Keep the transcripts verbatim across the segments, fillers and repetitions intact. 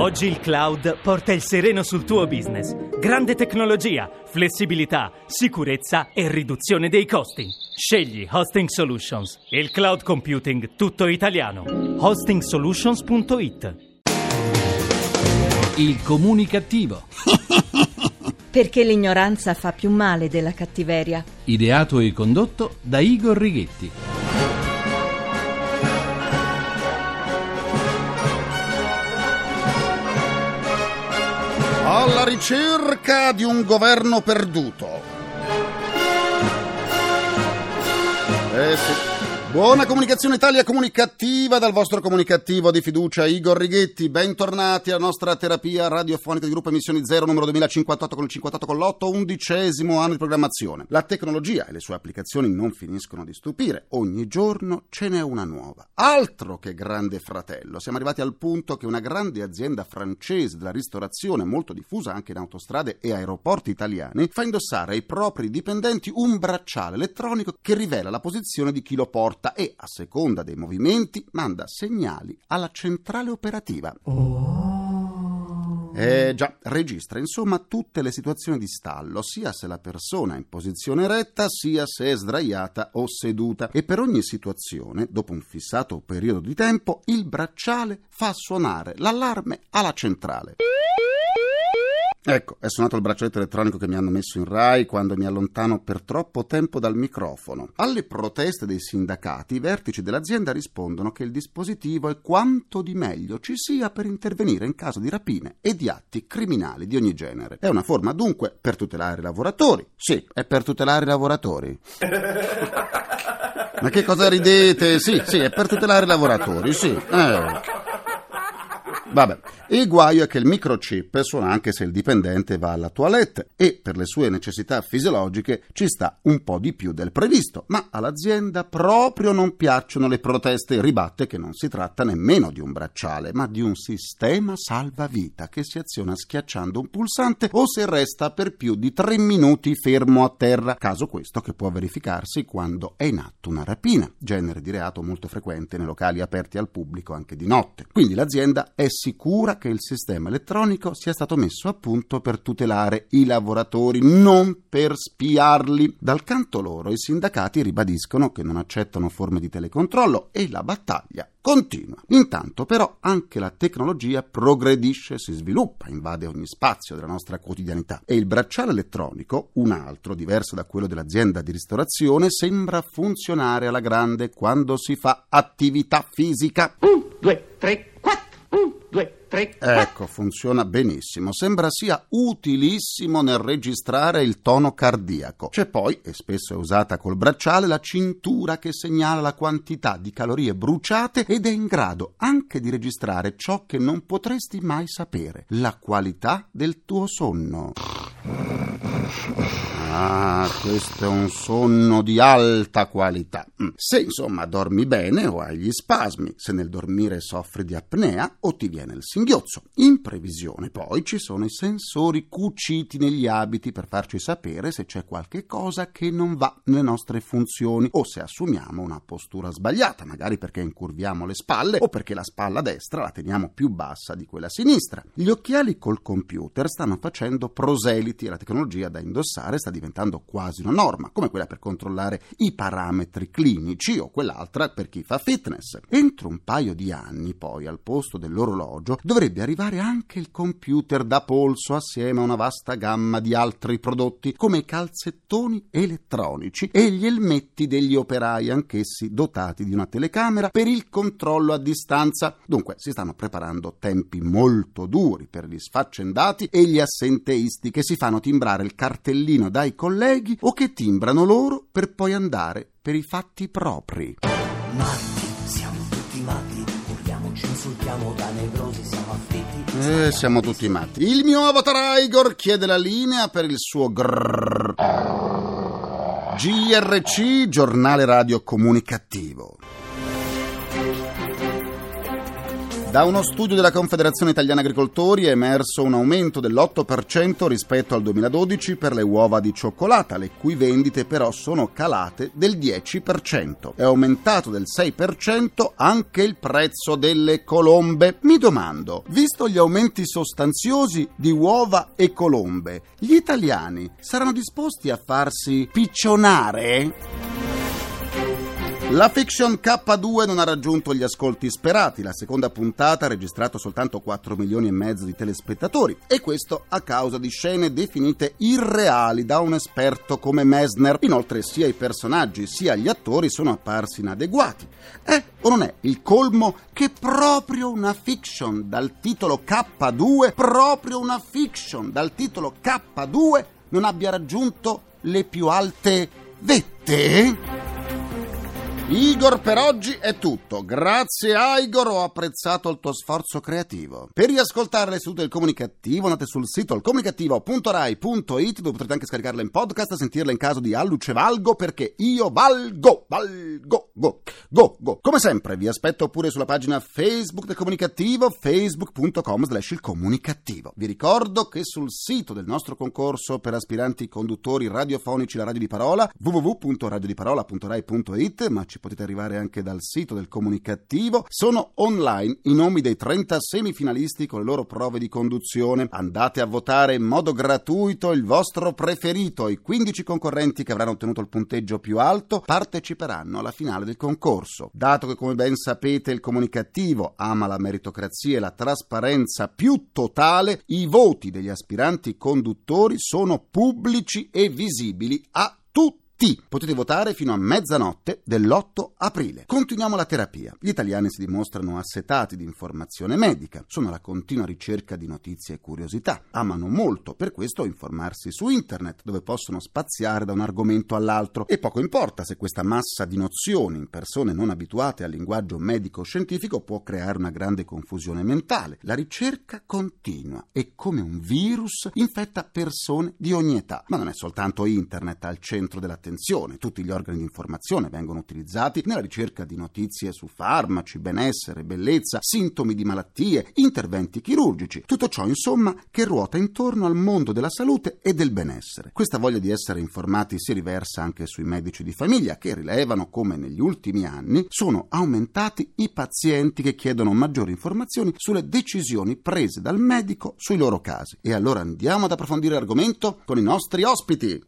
Oggi il cloud porta il sereno sul tuo business. Grande tecnologia, flessibilità, sicurezza e riduzione dei costi. Scegli Hosting Solutions, il cloud computing tutto italiano. hosting solutions punto it. Il comunicativo. Perché l'ignoranza fa più male della cattiveria. Ideato e condotto da Igor Righetti. Alla ricerca di un governo perduto. Eh sì. Buona comunicazione Italia comunicativa dal vostro comunicativo di fiducia Igor Righetti. Bentornati alla nostra terapia radiofonica di gruppo Emissioni Zero numero duemilacinquantotto con il cinquantotto con l'otto, undicesimo anno di programmazione. La tecnologia e le sue applicazioni non finiscono di stupire. Ogni giorno ce n'è una nuova. Altro che grande fratello. Siamo arrivati al punto che una grande azienda francese della ristorazione, molto diffusa anche in autostrade e aeroporti italiani, fa indossare ai propri dipendenti un bracciale elettronico che rivela la posizione di chi lo porta e, a seconda dei movimenti, manda segnali alla centrale operativa. Oh. Eh già, registra insomma tutte le situazioni di stallo, sia se la persona è in posizione retta, sia se è sdraiata o seduta. E per ogni situazione, dopo un fissato periodo di tempo, il bracciale fa suonare l'allarme alla centrale. Ecco, è suonato il braccialetto elettronico che mi hanno messo in Rai quando mi allontano per troppo tempo dal microfono. Alle proteste dei sindacati, i vertici dell'azienda rispondono che il dispositivo è quanto di meglio ci sia per intervenire in caso di rapine e di atti criminali di ogni genere. È una forma dunque per tutelare i lavoratori. Sì, è per tutelare i lavoratori. Ma che cosa ridete? Sì, sì, è per tutelare i lavoratori, sì. Eh... Vabbè, il guaio è che il microchip suona anche se il dipendente va alla toilette e per le sue necessità fisiologiche ci sta un po' di più del previsto, ma all'azienda proprio non piacciono le proteste. Ribatte che non si tratta nemmeno di un bracciale, ma di un sistema salvavita che si aziona schiacciando un pulsante o se resta per più di tre minuti fermo a terra, caso questo che può verificarsi quando è in atto una rapina, genere di reato molto frequente nei locali aperti al pubblico anche di notte. Quindi l'azienda è sicura che il sistema elettronico sia stato messo a punto per tutelare i lavoratori, non per spiarli. Dal canto loro i sindacati ribadiscono che non accettano forme di telecontrollo e la battaglia continua. Intanto però anche la tecnologia progredisce, si sviluppa, invade ogni spazio della nostra quotidianità e il bracciale elettronico, un altro diverso da quello dell'azienda di ristorazione, sembra funzionare alla grande quando si fa attività fisica. Un, due, tre, quattro. Due, tre, ecco, funziona benissimo. Sembra sia utilissimo nel registrare il tono cardiaco. C'è poi, e spesso è usata col bracciale, la cintura che segnala la quantità di calorie bruciate ed è in grado anche di registrare ciò che non potresti mai sapere: la qualità del tuo sonno. Ah, questo è un sonno di alta qualità. Se insomma dormi bene o hai gli spasmi, se nel dormire soffri di apnea o ti viene il singhiozzo. In previsione poi ci sono i sensori cuciti negli abiti per farci sapere se c'è qualche cosa che non va nelle nostre funzioni o se assumiamo una postura sbagliata, magari perché incurviamo le spalle o perché la spalla destra la teniamo più bassa di quella sinistra. Gli occhiali col computer stanno facendo proseliti e la tecnologia da indossare sta diventando quasi una norma, come quella per controllare i parametri clinici o quell'altra per chi fa fitness. Entro un paio di anni poi al posto dell'orologio dovrebbe arrivare anche il computer da polso assieme a una vasta gamma di altri prodotti come i calzettoni elettronici e gli elmetti degli operai, anch'essi dotati di una telecamera per il controllo a distanza. Dunque si stanno preparando tempi molto duri per gli sfaccendati e gli assenteisti che si fanno timbrare il cartellino dai colleghi o che timbrano loro per poi andare per i fatti propri. Matti, siamo tutti matti, urliamoci, insultiamo da nevrosi, siamo afflitti. Eh, siamo tutti matti. Il mio avatar Igor chiede la linea per il suo grrrr. G R C, giornale radio comunicativo. Da uno studio della Confederazione Italiana Agricoltori è emerso un aumento dell'otto per cento rispetto al duemiladodici per le uova di cioccolata, le cui vendite però sono calate del dieci per cento. È aumentato del sei per cento anche il prezzo delle colombe. Mi domando, visto gli aumenti sostanziosi di uova e colombe, gli italiani saranno disposti a farsi piccionare? La fiction K due non ha raggiunto gli ascolti sperati. La seconda puntata ha registrato soltanto quattro milioni e mezzo di telespettatori, e questo a causa di scene definite irreali da un esperto come Messner. Inoltre sia i personaggi sia gli attori sono apparsi inadeguati. È o non è il colmo che proprio una fiction dal titolo K due, proprio una fiction dal titolo K due non abbia raggiunto le più alte vette? Igor, per oggi è tutto. Grazie a Igor, ho apprezzato il tuo sforzo creativo. Per riascoltare le sedute del Comunicativo andate sul sito alcomunicativo punto rai punto it, dove potrete anche scaricarla in podcast e sentirla in caso di alluce valgo, perché io valgo, valgo, go, go, go. Come sempre vi aspetto pure sulla pagina Facebook del Comunicativo, facebook punto com slash il comunicativo. Vi ricordo che sul sito del nostro concorso per aspiranti conduttori radiofonici La Radio di Parola, w w w punto radio di parola punto rai punto it, ma ci potete arrivare anche dal sito del Comunicativo, sono online i nomi dei trenta semifinalisti con le loro prove di conduzione. Andate a votare in modo gratuito il vostro preferito. I quindici concorrenti che avranno ottenuto il punteggio più alto parteciperanno alla finale del concorso. Dato che, come ben sapete, il Comunicativo ama la meritocrazia e la trasparenza più totale, i voti degli aspiranti conduttori sono pubblici e visibili a tutti. Potete votare fino a mezzanotte dell'otto aprile. Continuiamo la terapia. Gli italiani si dimostrano assetati di informazione medica, sono alla continua ricerca di notizie e curiosità, amano molto per questo informarsi su internet, dove possono spaziare da un argomento all'altro, e poco importa se questa massa di nozioni in persone non abituate al linguaggio medico-scientifico può creare una grande confusione mentale. La ricerca continua e, come un virus, infetta persone di ogni età. Ma non è soltanto internet al centro dell'attenzione. Tutti gli organi di informazione vengono utilizzati nella ricerca di notizie su farmaci, benessere, bellezza, sintomi di malattie, interventi chirurgici. Tutto ciò, insomma, che ruota intorno al mondo della salute e del benessere. Questa voglia di essere informati si riversa anche sui medici di famiglia, che rilevano come negli ultimi anni sono aumentati i pazienti che chiedono maggiori informazioni sulle decisioni prese dal medico sui loro casi. E allora andiamo ad approfondire l'argomento con i nostri ospiti.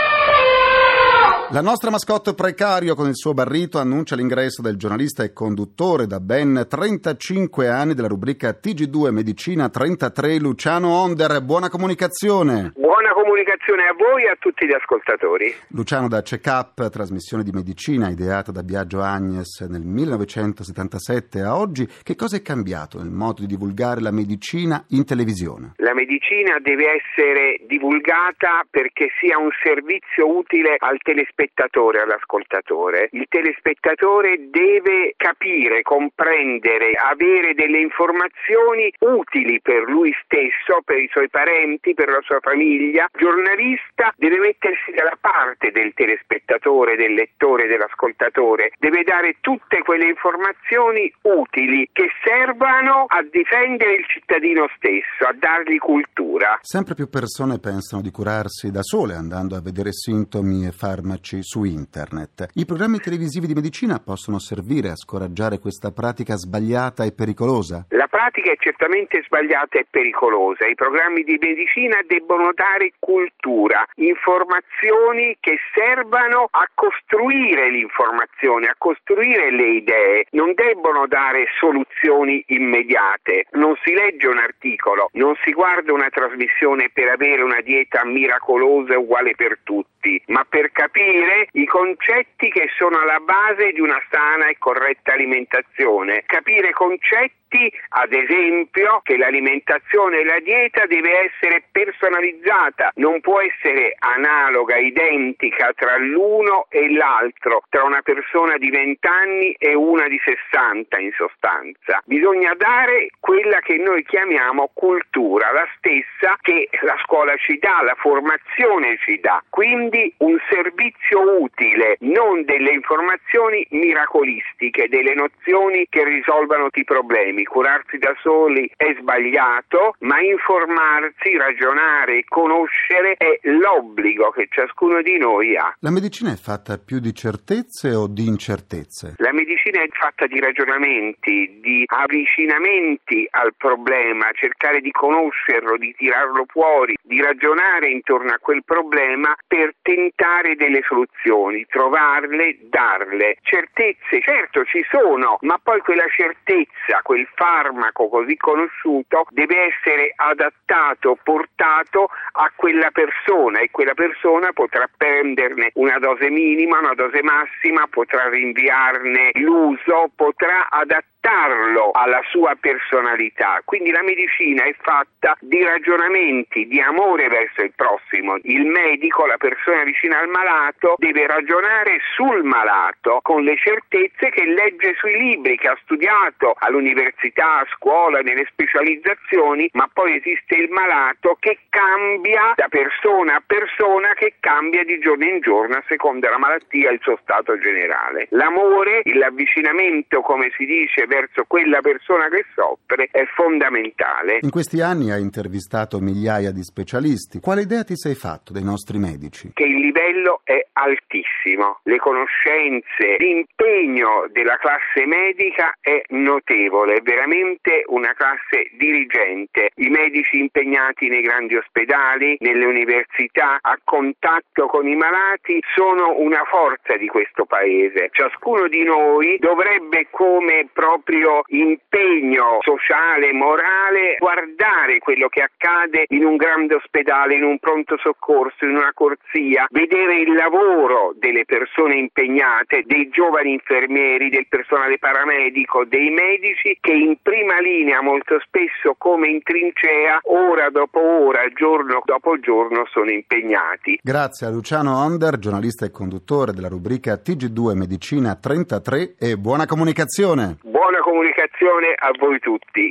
La nostra mascotte Precario, con il suo barrito, annuncia l'ingresso del giornalista e conduttore da ben trentacinque anni della rubrica T G due Medicina trentatré, Luciano Onder. Buona comunicazione. Buona comunicazione a voi e a tutti gli ascoltatori. Luciano, da Check-up, trasmissione di medicina ideata da Biagio Agnes nel millenovecentosettantasette a oggi, che cosa è cambiato nel modo di divulgare la medicina in televisione? La medicina deve essere divulgata perché sia un servizio utile al telespettatore, all'ascoltatore. Il telespettatore deve capire, comprendere, avere delle informazioni utili per lui stesso, per i suoi parenti, per la sua famiglia. Il giornalista deve mettersi dalla parte del telespettatore, del lettore, dell'ascoltatore, deve dare tutte quelle informazioni utili che servano a difendere il cittadino stesso, a dargli cultura. Sempre più persone pensano di curarsi da sole andando a vedere sintomi e farmaci su internet. I programmi televisivi di medicina possono servire a scoraggiare questa pratica sbagliata e pericolosa? La pratica è certamente sbagliata e pericolosa. I programmi di medicina debbono dare cultura, informazioni che servano a costruire l'informazione, a costruire le idee. Non debbono dare soluzioni immediate. Non si legge un articolo, non si guarda una trasmissione per avere una dieta miracolosa e uguale per tutti, ma per capire i concetti che sono alla base di una sana e corretta alimentazione. Capire concetti, ad esempio, che l'alimentazione e la dieta deve essere personalizzata, non può essere analoga, identica tra l'uno e l'altro, tra una persona di venti anni e una di sessanta in sostanza. Bisogna dare quella che che noi chiamiamo cultura, la stessa che la scuola ci dà, la formazione ci dà. Quindi un servizio utile, non delle informazioni miracolistiche, delle nozioni che risolvano tutti i problemi. Curarsi da soli è sbagliato, ma informarsi, ragionare e conoscere è l'obbligo che ciascuno di noi ha. La medicina è fatta più di certezze o di incertezze? La medicina è fatta di ragionamenti, di avvicinamenti al problema, cercare di conoscerlo, di tirarlo fuori, di ragionare intorno a quel problema per tentare delle soluzioni, trovarle, darle. Certezze, certo ci sono, ma poi quella certezza, quel farmaco così conosciuto deve essere adattato, portato a quella persona e quella persona potrà prenderne una dose minima, una dose massima, potrà rinviarne l'uso, potrà adattarlo alla sua personalità. Quindi la medicina è fatta di ragionamenti, di amore verso il prossimo. Il medico, la persona vicina al malato, deve ragionare sul malato con le certezze che legge sui libri, che ha studiato all'università, a scuola, nelle specializzazioni, ma poi esiste il malato che cambia da persona a persona, che cambia di giorno in giorno a seconda della malattia e il suo stato generale. L'amore, l'avvicinamento, come si dice, verso quella persona che soffre è fondamentale. In questi anni hai intervistato migliaia di specialisti. Quale idea ti sei fatto dei nostri medici? Che il livello è altissimo, le conoscenze, l'impegno della classe medica è notevole, è veramente una classe dirigente. I medici impegnati nei grandi ospedali, nelle università, a contatto con i malati, sono una forza di questo paese. Ciascuno di noi dovrebbe, come proprio impegno sociale, morale, guardare quello che accade in un grande ospedale, in un pronto soccorso, in una corsia, vedere il lavoro delle persone impegnate, dei giovani infermieri, del personale paramedico, dei medici che in prima linea molto spesso come in trincea, ora dopo ora, giorno dopo giorno sono impegnati. Grazie a Luciano Onder, giornalista e conduttore della rubrica T G due Medicina trentatré, e buona comunicazione. Buona comunicazione a voi tutti.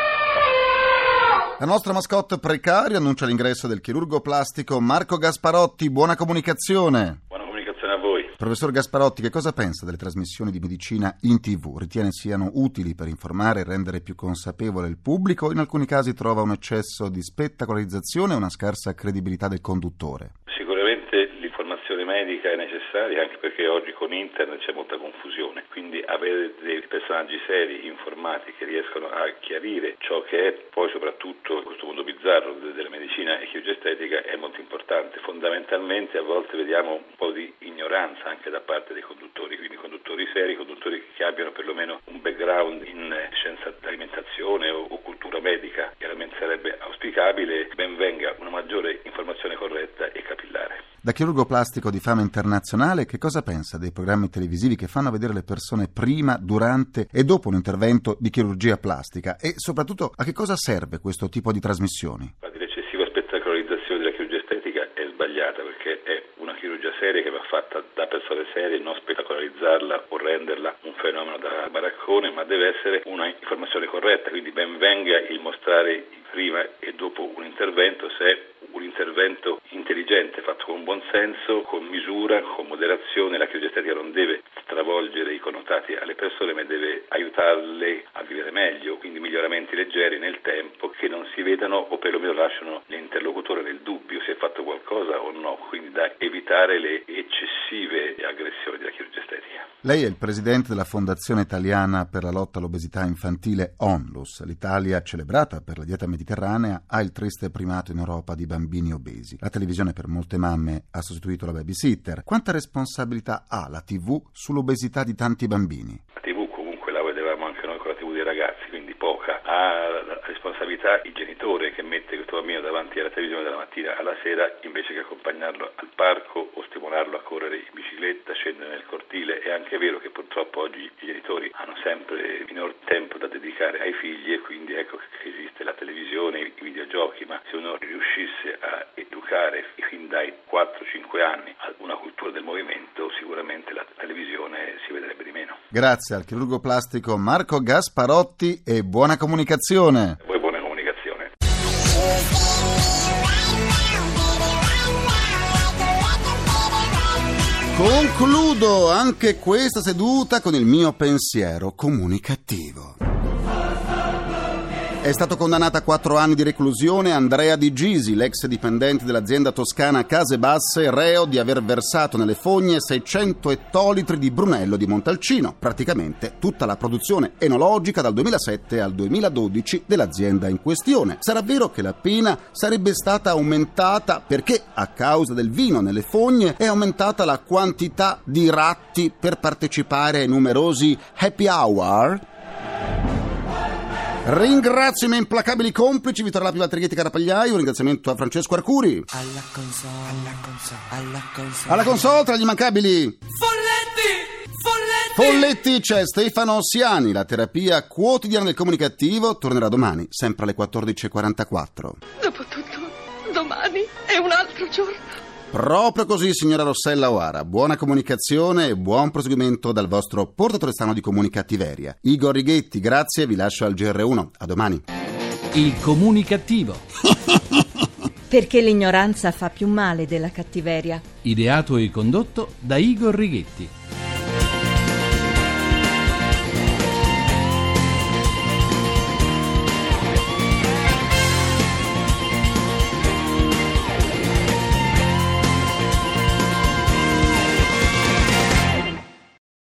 La nostra mascotte precario annuncia l'ingresso del chirurgo plastico Marco Gasparotti. Buona comunicazione. Buona comunicazione a voi. Professor Gasparotti, che cosa pensa delle trasmissioni di medicina in tivù? Ritiene siano utili per informare e rendere più consapevole il pubblico o in alcuni casi trova un eccesso di spettacolarizzazione e una scarsa credibilità del conduttore? Sicuramente l'informazione medica è necessaria, anche perché oggi con internet c'è molta confusione, quindi avere dei personaggi seri, informati, che riescono a chiarire ciò che è poi soprattutto questo mondo bizzarro della medicina e chirurgia estetica è molto importante. Fondamentalmente a volte vediamo un po' di ignoranza anche da parte dei conduttori, quindi conduttori seri, conduttori che abbiano perlomeno un background in scienza dell'alimentazione o, o cultura medica. Chiaramente sarebbe auspicabile, ben venga una maggiore informazione corretta e capillare. Da chirurgo plastico di fama internazionale, che cosa pensa dei programmi televisivi che fanno vedere le persone prima, durante e dopo un intervento di chirurgia plastica, e soprattutto a che cosa serve questo tipo di trasmissioni? L'eccessiva spettacolarizzazione della chirurgia estetica è sbagliata, perché è una chirurgia seria che va fatta da persone serie, non spettacolarizzarla o renderla un fenomeno da baraccone, ma deve essere una informazione corretta, quindi ben venga il mostrare prima e dopo un intervento, se è un intervento intelligente, fatto con buon senso, con misura, con moderazione. La chirurgia estetica non deve stravolgere i connotati alle persone, ma deve aiutarle a vivere meglio, quindi miglioramenti leggeri nel tempo che non si vedano o perlomeno lasciano l'interlocutore nel dubbio se è fatto qualcosa o no, quindi da evitare le eccessive aggressioni della chirurgia estetica. Lei è il presidente della Fondazione Italiana per la lotta all'obesità infantile ONLUS. L'Italia, celebrata per la dieta mediterranea, ha il triste primato in Europa di bambini obesi. La televisione per molte mamme ha sostituito la babysitter. Quanta responsabilità ha la tivù sull'obesità di tanti bambini? La tivù comunque la vedevamo anche noi con la tivù dei ragazzi, quindi poca. Ha la responsabilità il genitore che mette questo bambino davanti alla televisione dalla mattina alla sera, invece che accompagnarlo al parco o stimolarlo a correre in bicicletta, scendere nel cortile. È anche vero che purtroppo oggi i genitori hanno sempre minor tempo da dedicare ai figli, e quindi ecco che esiste la televisione, i videogiochi, ma se uno riuscisse a educare fin dai quattro cinque anni a una cultura del movimento, sicuramente la televisione si vedrebbe di meno. Grazie al chirurgo plastico Marco Gasparotti e buona comunicazione. Concludo anche questa seduta con il mio pensiero comunicativo. È stato condannato a quattro anni di reclusione Andrea Di Gisi, l'ex dipendente dell'azienda toscana Case Basse, reo di aver versato nelle fogne seicento ettolitri di Brunello di Montalcino, praticamente tutta la produzione enologica dal duemilasette al duemiladodici dell'azienda in questione. Sarà vero che la pena sarebbe stata aumentata perché, a causa del vino nelle fogne, è aumentata la quantità di ratti per partecipare ai numerosi happy hour. Ringrazio i miei implacabili complici Vittorio Lapi, Walter Righetti, Carapagliai. Un ringraziamento a Francesco Arcuri. Alla console, alla console, alla console. Alla console tra gli immancabili Folletti! Folletti! Folletti c'è Stefano Ossiani. La terapia quotidiana del comunicativo tornerà domani, sempre alle quattordici e quarantaquattro. Dopotutto, domani è un altro giorno. Proprio così, signora Rossella O'Hara. Buona comunicazione e buon proseguimento dal vostro portatore strano di comunicattiveria. Igor Righetti, grazie, vi lascio al G R uno. A domani. Il comunicativo. Perché l'ignoranza fa più male della cattiveria. Ideato e condotto da Igor Righetti.